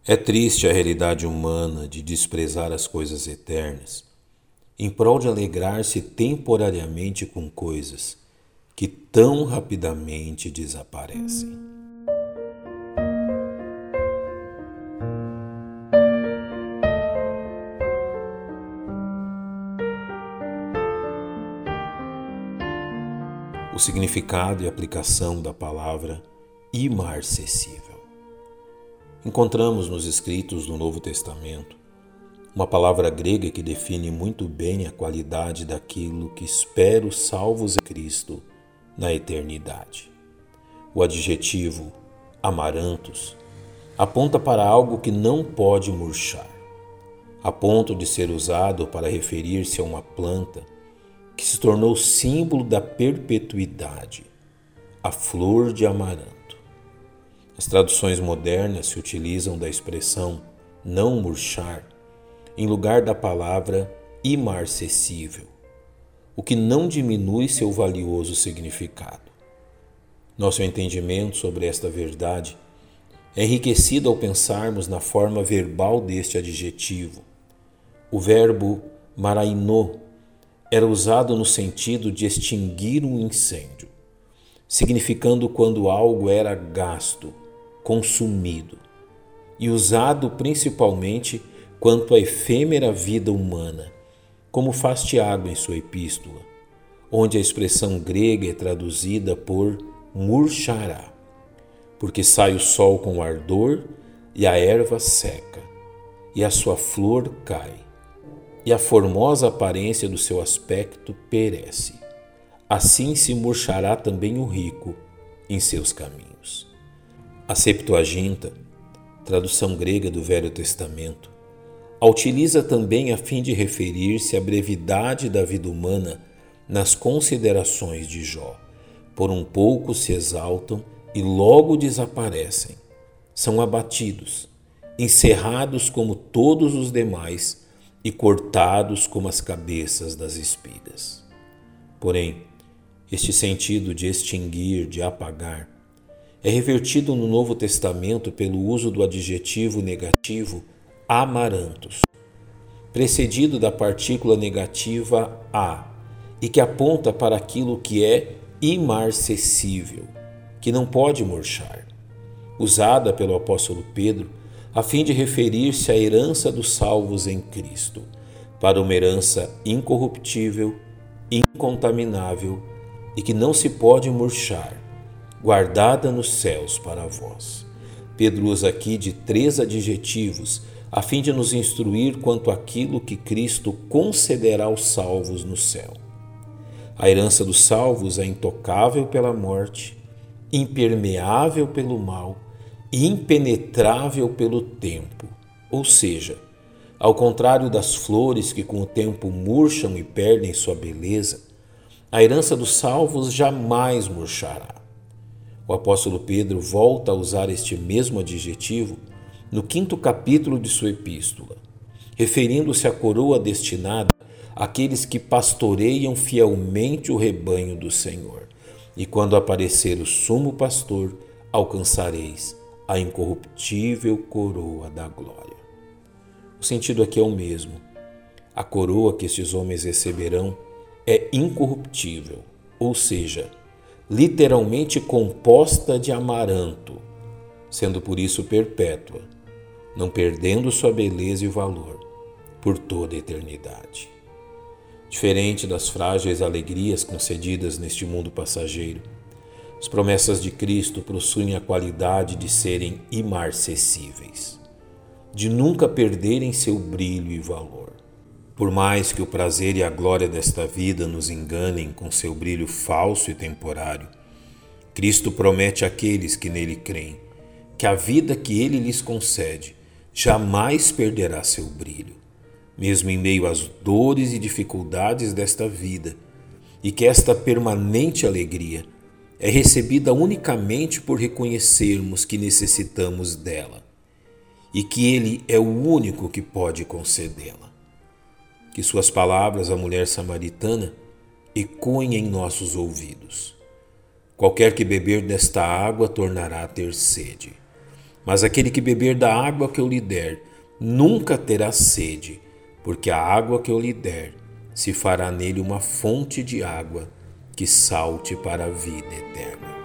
É triste a realidade humana de desprezar as coisas eternas, em prol de alegrar-se temporariamente com coisas que tão rapidamente desaparecem. O significado e aplicação da palavra imarcessível. Encontramos nos escritos do Novo Testamento uma palavra grega que define muito bem a qualidade daquilo que espera os salvos em Cristo na eternidade. O adjetivo amarantos aponta para algo que não pode murchar, a ponto de ser usado para referir-se a uma planta que se tornou símbolo da perpetuidade, a flor de amaranto. As traduções modernas se utilizam da expressão não murchar em lugar da palavra imarcessível, o que não diminui seu valioso significado. Nosso entendimento sobre esta verdade é enriquecido ao pensarmos na forma verbal deste adjetivo. O verbo marainô era usado no sentido de extinguir um incêndio, significando quando algo era gasto, consumido, e usado principalmente quanto à efêmera vida humana, como faz Tiago em sua epístola, onde a expressão grega é traduzida por murchará, porque sai o sol com ardor e a erva seca, e a sua flor cai, e a formosa aparência do seu aspecto perece. Assim se murchará também o rico em seus caminhos. A Septuaginta, tradução grega do Velho Testamento, a utiliza também a fim de referir-se à brevidade da vida humana nas considerações de Jó. Por um pouco se exaltam e logo desaparecem. São abatidos, encerrados como todos os demais e cortados como as cabeças das espigas. Porém, este sentido de extinguir, de apagar, é revertido no Novo Testamento pelo uso do adjetivo negativo amarantos, precedido da partícula negativa a, e que aponta para aquilo que é imarcessível, que não pode murchar, usada pelo apóstolo Pedro a fim de referir-se à herança dos salvos em Cristo, para uma herança incorruptível, incontaminável e que não se pode murchar, guardada nos céus para vós. Pedro usa aqui de 3 adjetivos a fim de nos instruir quanto àquilo que Cristo concederá aos salvos no céu. A herança dos salvos é intocável pela morte, impermeável pelo mal e impenetrável pelo tempo, ou seja, ao contrário das flores que com o tempo murcham e perdem sua beleza, a herança dos salvos jamais murchará. O apóstolo Pedro volta a usar este mesmo adjetivo no 5º capítulo de sua epístola, referindo-se à coroa destinada àqueles que pastoreiam fielmente o rebanho do Senhor. E quando aparecer o sumo pastor, alcançareis a incorruptível coroa da glória. O sentido aqui é o mesmo. A coroa que estes homens receberão é incorruptível, ou seja, literalmente composta de amaranto, sendo por isso perpétua, não perdendo sua beleza e valor por toda a eternidade. Diferente das frágeis alegrias concedidas neste mundo passageiro, as promessas de Cristo possuem a qualidade de serem imarcessíveis, de nunca perderem seu brilho e valor. Por mais que o prazer e a glória desta vida nos enganem com seu brilho falso e temporário, Cristo promete àqueles que nele creem que a vida que ele lhes concede jamais perderá seu brilho, mesmo em meio às dores e dificuldades desta vida, e que esta permanente alegria é recebida unicamente por reconhecermos que necessitamos dela e que ele é o único que pode concedê-la. Que suas palavras à mulher samaritana ecoem em nossos ouvidos. Qualquer que beber desta água tornará a ter sede, Mas aquele que beber da água que eu lhe der, nunca terá sede, porque a água que eu lhe der se fará nele uma fonte de água que salte para a vida eterna.